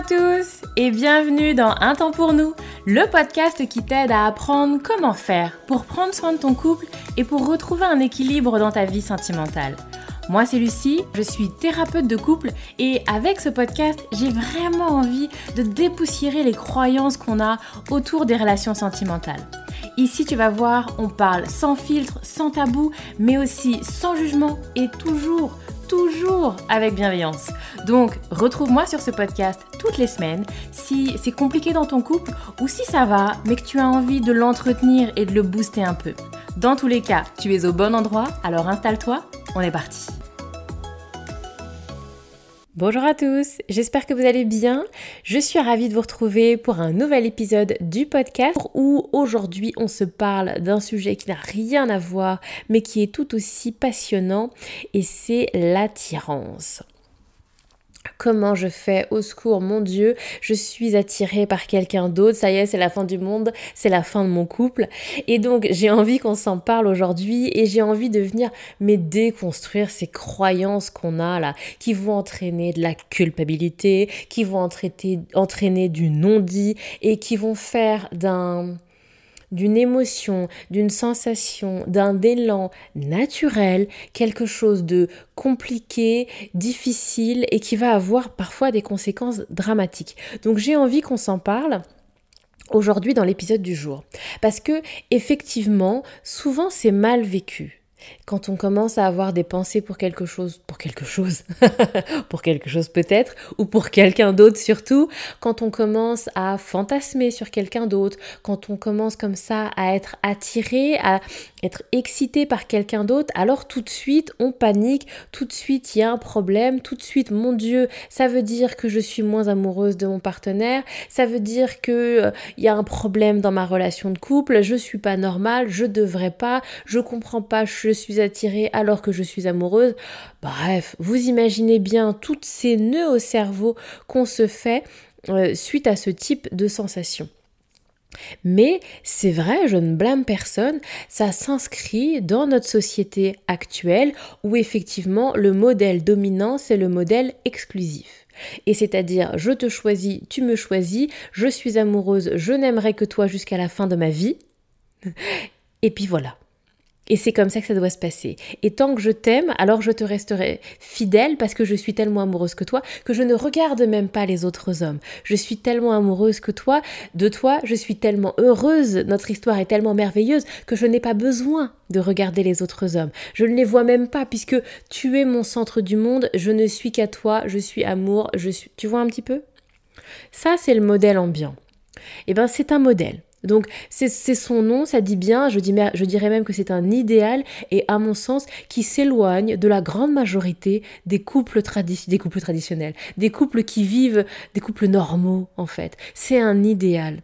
à tous et bienvenue dans Un temps pour nous, le podcast qui t'aide à apprendre comment faire pour prendre soin de ton couple et pour retrouver un équilibre dans ta vie sentimentale. Moi c'est Lucie, je suis thérapeute de couple et avec ce podcast, j'ai vraiment envie de dépoussiérer les croyances qu'on a autour des relations sentimentales. Ici tu vas voir, on parle sans filtre, sans tabou, mais aussi sans jugement et toujours avec bienveillance. Donc, retrouve-moi sur ce podcast toutes les semaines si c'est compliqué dans ton couple ou si ça va, mais que tu as envie de l'entretenir et de le booster un peu. Dans tous les cas, tu es au bon endroit, alors installe-toi, on est parti. Bonjour à tous, j'espère que vous allez bien. Je suis ravie de vous retrouver pour un nouvel épisode du podcast où aujourd'hui on se parle d'un sujet qui n'a rien à voir mais qui est tout aussi passionnant et c'est l'attirance. Comment je fais? Au secours, mon Dieu, je suis attirée par quelqu'un d'autre, ça y est, c'est la fin du monde, c'est la fin de mon couple. Et donc, j'ai envie qu'on s'en parle aujourd'hui et j'ai envie de venir déconstruire ces croyances qu'on a là, qui vont entraîner de la culpabilité, qui vont entraîner du non-dit et qui vont faire d'une émotion, d'une sensation, d'un élan naturel, quelque chose de compliqué, difficile et qui va avoir parfois des conséquences dramatiques. Donc j'ai envie qu'on s'en parle aujourd'hui dans l'épisode du jour. Parce que effectivement, souvent c'est mal vécu. Quand on commence à avoir des pensées pour quelque chose pour quelque chose peut-être, ou pour quelqu'un d'autre surtout, quand on commence à fantasmer sur quelqu'un d'autre, quand on commence comme ça à être attiré, à être excité par quelqu'un d'autre, alors tout de suite on panique, tout de suite il y a un problème, tout de suite mon Dieu, ça veut dire que je suis moins amoureuse de mon partenaire, ça veut dire que il y a un problème dans ma relation de couple, je suis pas normale, je devrais pas, je comprends pas, je suis attirée alors que je suis amoureuse. Bref, vous imaginez bien tous ces nœuds au cerveau qu'on se fait suite à ce type de sensation. Mais c'est vrai, je ne blâme personne, ça s'inscrit dans notre société actuelle où effectivement le modèle dominant c'est le modèle exclusif. Et c'est-à-dire je te choisis, tu me choisis, je suis amoureuse, je n'aimerai que toi jusqu'à la fin de ma vie. Et puis voilà. Et c'est comme ça que ça doit se passer. Et tant que je t'aime, alors je te resterai fidèle parce que je suis tellement amoureuse que toi, que je ne regarde même pas les autres hommes. Je suis tellement amoureuse que toi, de toi, je suis tellement heureuse, notre histoire est tellement merveilleuse que je n'ai pas besoin de regarder les autres hommes. Je ne les vois même pas puisque tu es mon centre du monde, je ne suis qu'à toi, je suis amour, je suis... Tu vois un petit peu? Ça, c'est le modèle ambiant. Eh bien, c'est un modèle. Donc c'est son nom, ça dit bien, je dirais même que c'est un idéal et à mon sens qui s'éloigne de la grande majorité des couples traditionnels, des couples qui vivent, des couples normaux en fait. C'est un idéal.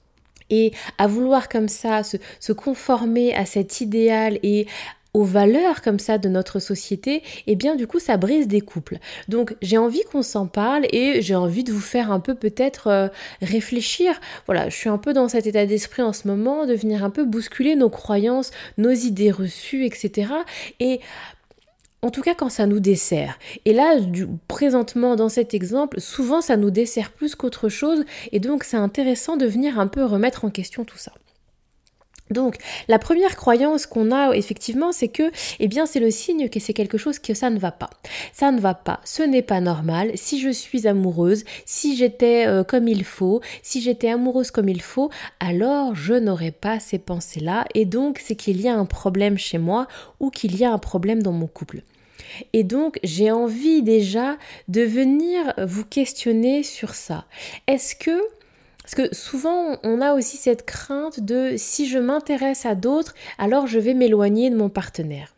Et à vouloir comme ça se conformer à cet idéal et aux valeurs comme ça de notre société, et bien du coup ça brise des couples. Donc j'ai envie qu'on s'en parle et j'ai envie de vous faire un peu peut-être réfléchir. Voilà, je suis un peu dans cet état d'esprit en ce moment, de venir un peu bousculer nos croyances, nos idées reçues, etc. Et en tout cas quand ça nous dessert. Et là, présentement dans cet exemple, souvent ça nous dessert plus qu'autre chose et donc c'est intéressant de venir un peu remettre en question tout ça. Donc, la première croyance qu'on a effectivement, c'est que, eh bien, c'est le signe que c'est quelque chose que ça ne va pas. Ça ne va pas, ce n'est pas normal. Si je suis amoureuse, si j'étais comme il faut, si j'étais amoureuse comme il faut, alors je n'aurais pas ces pensées-là. Et donc, c'est qu'il y a un problème chez moi ou qu'il y a un problème dans mon couple. Et donc, j'ai envie déjà de venir vous questionner sur ça. Parce que souvent, on a aussi cette crainte de si je m'intéresse à d'autres, alors je vais m'éloigner de mon partenaire.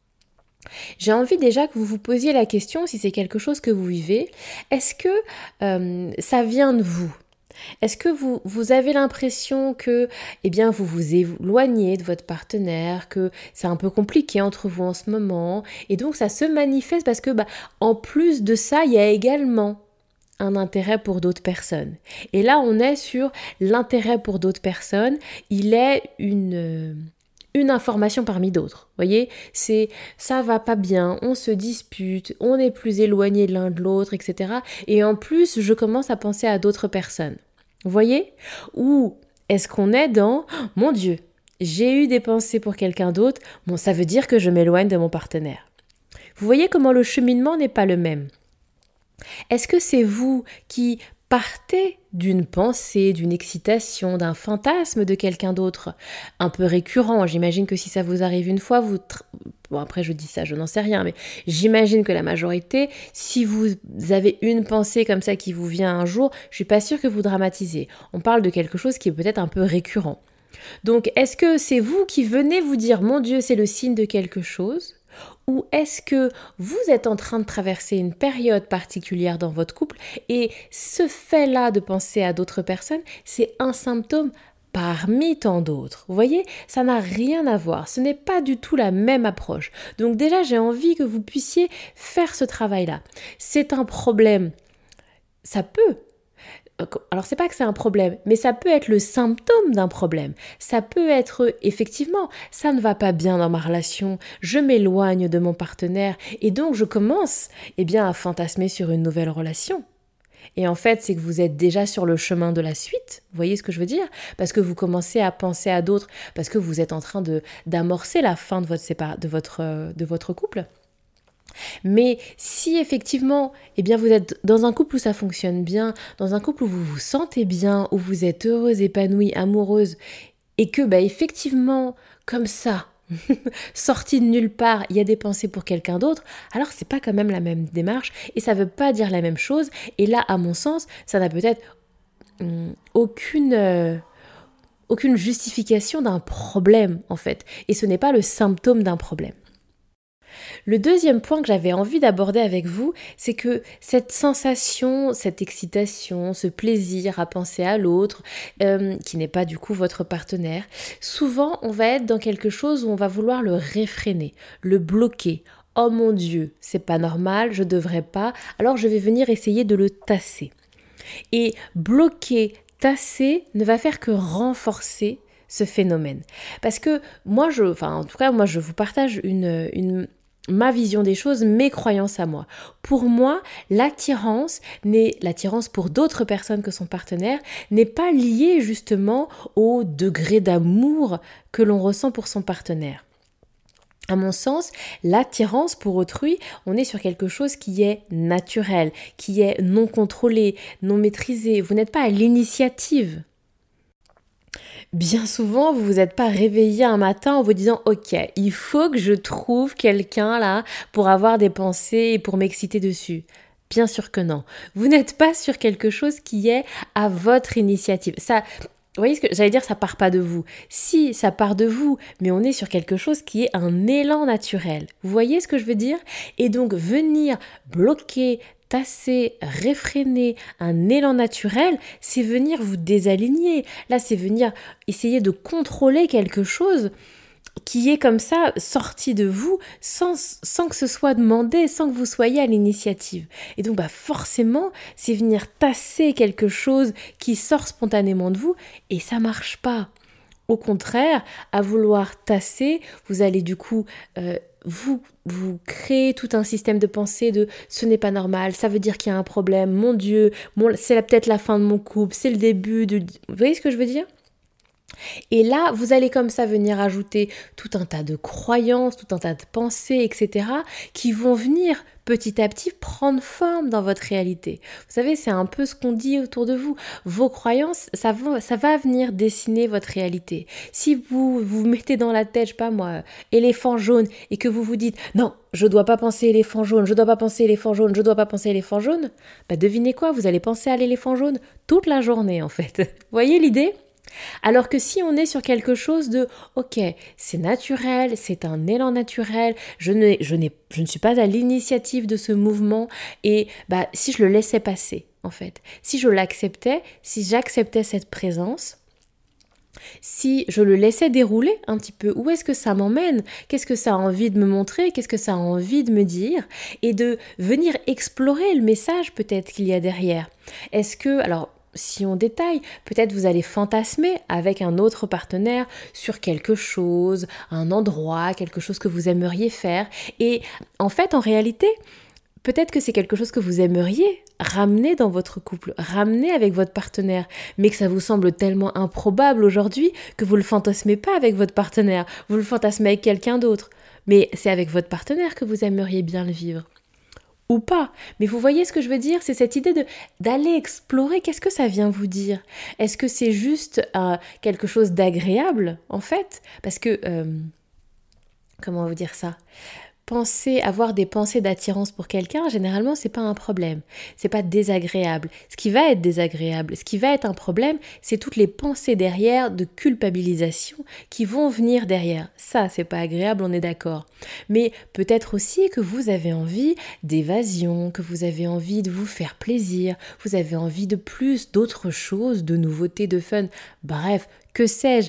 J'ai envie déjà que vous vous posiez la question, si c'est quelque chose que vous vivez, est-ce que ça vient de vous ? Est-ce que vous avez l'impression que vous vous éloignez de votre partenaire, que c'est un peu compliqué entre vous en ce moment, et donc ça se manifeste parce que en plus de ça, il y a également un intérêt pour d'autres personnes. Et là, on est sur l'intérêt pour d'autres personnes. Il est une une information parmi d'autres. Vous voyez, c'est ça va pas bien, on se dispute, on est plus éloigné l'un de l'autre, etc. Et en plus, je commence à penser à d'autres personnes. Vous voyez? Ou est-ce qu'on est dans mon Dieu, j'ai eu des pensées pour quelqu'un d'autre, bon, ça veut dire que je m'éloigne de mon partenaire. Vous voyez comment le cheminement n'est pas le même. Est-ce que c'est vous qui partez d'une pensée, d'une excitation, d'un fantasme de quelqu'un d'autre, un peu récurrent? J'imagine que si ça vous arrive une fois, bon, après je dis ça, je n'en sais rien, mais j'imagine que la majorité, si vous avez une pensée comme ça qui vous vient un jour, je suis pas sûre que vous dramatisez. On parle de quelque chose qui est peut-être un peu récurrent. Donc, est-ce que c'est vous qui venez vous dire « Mon Dieu, c'est le signe de quelque chose » ou est-ce que vous êtes en train de traverser une période particulière dans votre couple et ce fait-là de penser à d'autres personnes, c'est un symptôme parmi tant d'autres. Vous voyez, ça n'a rien à voir, ce n'est pas du tout la même approche. Donc déjà, j'ai envie que vous puissiez faire ce travail-là. C'est un problème, ça peut. Alors c'est pas que c'est un problème, mais ça peut être le symptôme d'un problème. Ça peut être effectivement, ça ne va pas bien dans ma relation, je m'éloigne de mon partenaire et donc je commence à fantasmer sur une nouvelle relation. Et en fait, c'est que vous êtes déjà sur le chemin de la suite, vous voyez ce que je veux dire? Parce que vous commencez à penser à d'autres, parce que vous êtes en train d'amorcer la fin de votre couple. Mais si effectivement, vous êtes dans un couple où ça fonctionne bien, dans un couple où vous vous sentez bien, où vous êtes heureuse, épanouie, amoureuse, et que effectivement, comme ça, sorti de nulle part, il y a des pensées pour quelqu'un d'autre, alors c'est pas quand même la même démarche et ça veut pas dire la même chose. Et là, à mon sens, ça n'a peut-être aucune justification d'un problème en fait. Et ce n'est pas le symptôme d'un problème. Le deuxième point que j'avais envie d'aborder avec vous, c'est que cette sensation, cette excitation, ce plaisir à penser à l'autre, qui n'est pas du coup votre partenaire, souvent on va être dans quelque chose où on va vouloir le réfréner, le bloquer. Oh mon Dieu, c'est pas normal, je devrais pas, alors je vais venir essayer de le tasser. Et bloquer, tasser ne va faire que renforcer ce phénomène. Parce que moi, je vous partage ma vision des choses, mes croyances à moi. Pour moi, l'attirance pour d'autres personnes que son partenaire n'est pas liée justement au degré d'amour que l'on ressent pour son partenaire. À mon sens, l'attirance pour autrui, on est sur quelque chose qui est naturel, qui est non contrôlé, non maîtrisé. Vous n'êtes pas à l'initiative. Bien souvent, vous vous êtes pas réveillé un matin en vous disant « Ok, il faut que je trouve quelqu'un là pour avoir des pensées et pour m'exciter dessus. » Bien sûr que non. Vous n'êtes pas sur quelque chose qui est à votre initiative. Ça, vous voyez ce que j'allais dire, ça part pas de vous. Si, ça part de vous, mais on est sur quelque chose qui est un élan naturel. Vous voyez ce que je veux dire? Et donc, venir bloquer, tasser, réfréner un élan naturel, c'est venir vous désaligner. Là, c'est venir essayer de contrôler quelque chose qui est comme ça sorti de vous sans que ce soit demandé, sans que vous soyez à l'initiative. Et donc forcément, c'est venir tasser quelque chose qui sort spontanément de vous et ça marche pas. Au contraire, à vouloir tasser, vous allez du coup vous créez tout un système de pensée de ce n'est pas normal, ça veut dire qu'il y a un problème, mon Dieu, c'est peut-être la fin de mon couple, c'est le début de... Vous voyez ce que je veux dire ? Et là, vous allez comme ça venir ajouter tout un tas de croyances, tout un tas de pensées, etc. qui vont venir petit à petit prendre forme dans votre réalité. Vous savez, c'est un peu ce qu'on dit autour de vous. Vos croyances, ça va venir dessiner votre réalité. Si vous mettez dans la tête, je sais pas moi, éléphant jaune, et que vous vous dites « Non, je dois pas penser éléphant jaune, je dois pas penser éléphant jaune, je dois pas penser éléphant jaune », devinez quoi, vous allez penser à l'éléphant jaune toute la journée en fait. Vous voyez l'idée ? Alors que si on est sur quelque chose de « Ok, c'est naturel, c'est un élan naturel, je ne suis pas à l'initiative de ce mouvement et si je le laissais passer en fait, si je l'acceptais, si j'acceptais cette présence, si je le laissais dérouler un petit peu, où est-ce que ça m'emmène? Qu'est-ce que ça a envie de me montrer? Qu'est-ce que ça a envie de me dire? Et de venir explorer le message peut-être qu'il y a derrière. Est-ce que, alors si on détaille, peut-être vous allez fantasmer avec un autre partenaire sur quelque chose, un endroit, quelque chose que vous aimeriez faire. Et en fait, en réalité, peut-être que c'est quelque chose que vous aimeriez ramener dans votre couple, ramener avec votre partenaire, mais que ça vous semble tellement improbable aujourd'hui que vous ne le fantasmez pas avec votre partenaire, vous le fantasmez avec quelqu'un d'autre. Mais c'est avec votre partenaire que vous aimeriez bien le vivre. Ou pas. Mais vous voyez ce que je veux dire? C'est cette idée d'aller explorer. Qu'est-ce que ça vient vous dire? Est-ce que c'est juste quelque chose d'agréable, en fait? Parce que, comment vous dire ça? Avoir des pensées d'attirance pour quelqu'un, généralement, c'est pas un problème. C'est pas désagréable. Ce qui va être désagréable, ce qui va être un problème, c'est toutes les pensées derrière de culpabilisation qui vont venir derrière. Ça, c'est pas agréable, on est d'accord. Mais peut-être aussi que vous avez envie d'évasion, que vous avez envie de vous faire plaisir, vous avez envie de plus, d'autres choses, de nouveautés, de fun. Bref, que sais-je,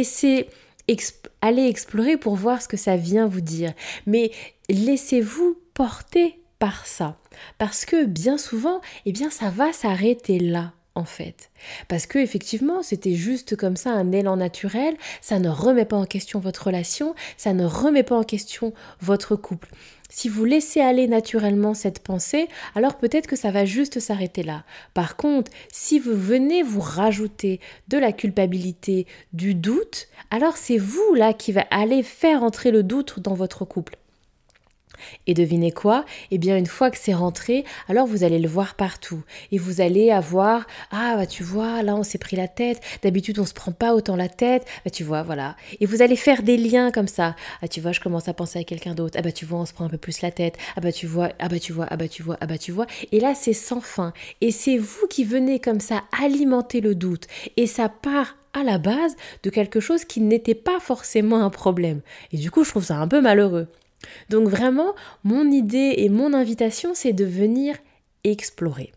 allez explorer pour voir ce que ça vient vous dire. Mais laissez-vous porter par ça. Parce que bien souvent, eh bien, ça va s'arrêter là, en fait. Parce que effectivement, c'était juste comme ça un élan naturel, ça ne remet pas en question votre relation, ça ne remet pas en question votre couple. Si vous laissez aller naturellement cette pensée, alors peut-être que ça va juste s'arrêter là. Par contre, si vous venez vous rajouter de la culpabilité, du doute, alors c'est vous là qui va aller faire entrer le doute dans votre couple. Et devinez quoi? Eh bien, une fois que c'est rentré, alors vous allez le voir partout. Et vous allez avoir, ah bah tu vois, là on s'est pris la tête, d'habitude on se prend pas autant la tête, bah tu vois, voilà. Et vous allez faire des liens comme ça. Ah tu vois, je commence à penser à quelqu'un d'autre, ah bah tu vois, on se prend un peu plus la tête, ah bah tu vois, ah bah tu vois, ah bah tu vois, ah bah tu vois. Et là c'est sans fin. Et c'est vous qui venez comme ça alimenter le doute. Et ça part à la base de quelque chose qui n'était pas forcément un problème. Et du coup, je trouve ça un peu malheureux. Donc vraiment, mon idée et mon invitation, c'est de venir explorer.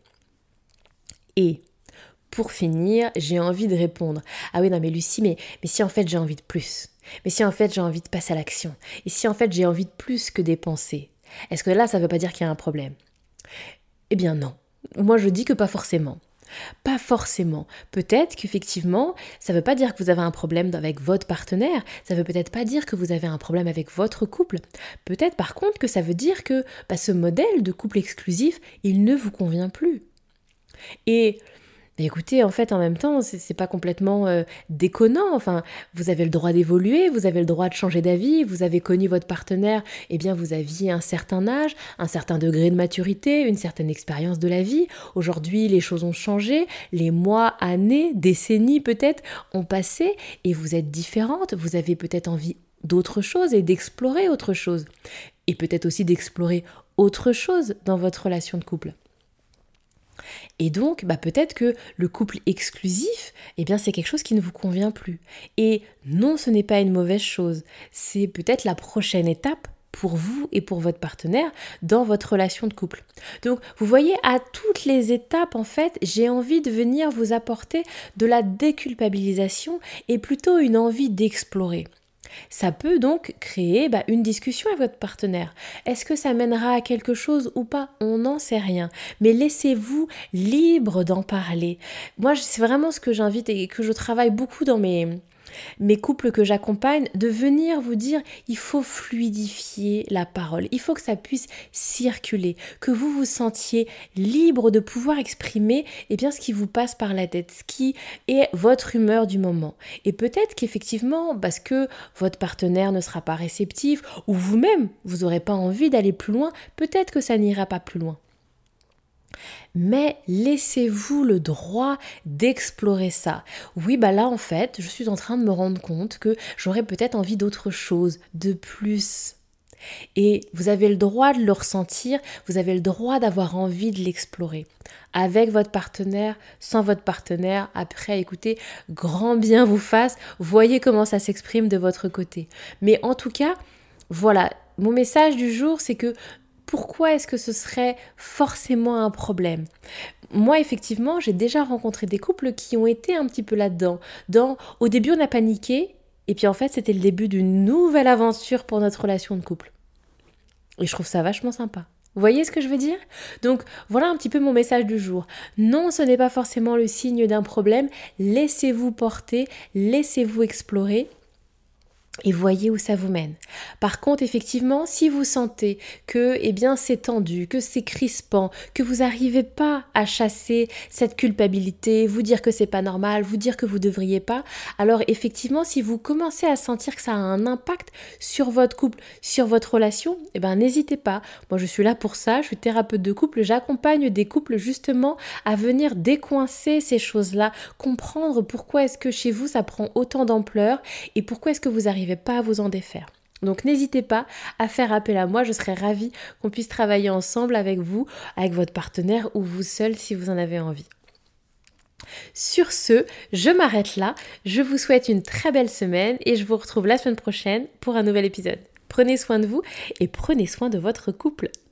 Et pour finir, j'ai envie de répondre. Ah oui, non mais Lucie, mais si en fait j'ai envie de plus? Mais si en fait j'ai envie de passer à l'action? Et si en fait j'ai envie de plus que des pensées? Est-ce que là, ça ne veut pas dire qu'il y a un problème? Eh bien non. Moi, je dis que pas forcément. Pas forcément. Peut-être qu'effectivement, ça ne veut pas dire que vous avez un problème avec votre partenaire, ça ne veut peut-être pas dire que vous avez un problème avec votre couple. Peut-être par contre que ça veut dire que ce modèle de couple exclusif, il ne vous convient plus. Et écoutez, en fait, en même temps, c'est pas complètement déconnant. Enfin, vous avez le droit d'évoluer, vous avez le droit de changer d'avis, vous avez connu votre partenaire, eh bien, vous aviez un certain âge, un certain degré de maturité, une certaine expérience de la vie. Aujourd'hui, les choses ont changé, les mois, années, décennies peut-être ont passé et vous êtes différentes, vous avez peut-être envie d'autre chose et d'explorer autre chose. Et peut-être aussi d'explorer autre chose dans votre relation de couple. Et donc, peut-être que le couple exclusif, eh bien, c'est quelque chose qui ne vous convient plus. Et non, ce n'est pas une mauvaise chose. C'est peut-être la prochaine étape pour vous et pour votre partenaire dans votre relation de couple. Donc, vous voyez, à toutes les étapes, en fait, j'ai envie de venir vous apporter de la déculpabilisation et plutôt une envie d'explorer. Ça peut donc créer une discussion avec votre partenaire. Est-ce que ça mènera à quelque chose ou pas? On n'en sait rien. Mais laissez-vous libre d'en parler. Moi, c'est vraiment ce que j'invite et que je travaille beaucoup dans mes couples que j'accompagne, de venir vous dire, il faut fluidifier la parole, il faut que ça puisse circuler, que vous vous sentiez libre de pouvoir exprimer ce qui vous passe par la tête, ce qui est votre humeur du moment. Et peut-être qu'effectivement, parce que votre partenaire ne sera pas réceptif, ou vous-même, vous n'aurez pas envie d'aller plus loin, peut-être que ça n'ira pas plus loin. Mais laissez-vous le droit d'explorer ça. Oui, là en fait, je suis en train de me rendre compte que j'aurais peut-être envie d'autre chose, de plus. Et vous avez le droit de le ressentir, vous avez le droit d'avoir envie de l'explorer. Avec votre partenaire, sans votre partenaire, après, écoutez, grand bien vous fasse, voyez comment ça s'exprime de votre côté. Mais en tout cas, voilà, mon message du jour, c'est que pourquoi est-ce que ce serait forcément un problème? Moi, effectivement, j'ai déjà rencontré des couples qui ont été un petit peu là-dedans. Au début, on a paniqué, et puis en fait, c'était le début d'une nouvelle aventure pour notre relation de couple. Et je trouve ça vachement sympa. Vous voyez ce que je veux dire? Donc voilà un petit peu mon message du jour. Non, ce n'est pas forcément le signe d'un problème. Laissez-vous porter, laissez-vous explorer. Et voyez où ça vous mène. Par contre, effectivement, si vous sentez que c'est tendu, que c'est crispant, que vous n'arrivez pas à chasser cette culpabilité, vous dire que c'est pas normal, vous dire que vous devriez pas, alors effectivement, si vous commencez à sentir que ça a un impact sur votre couple, sur votre relation, n'hésitez pas. Moi, je suis là pour ça, je suis thérapeute de couple, j'accompagne des couples justement à venir décoincer ces choses-là, comprendre pourquoi est-ce que chez vous ça prend autant d'ampleur et pourquoi est-ce que vous n'arrivez pas à vous en défaire. Donc n'hésitez pas à faire appel à moi, je serais ravie qu'on puisse travailler ensemble avec vous, avec votre partenaire ou vous seul si vous en avez envie. Sur ce, je m'arrête là, je vous souhaite une très belle semaine et je vous retrouve la semaine prochaine pour un nouvel épisode. Prenez soin de vous et prenez soin de votre couple.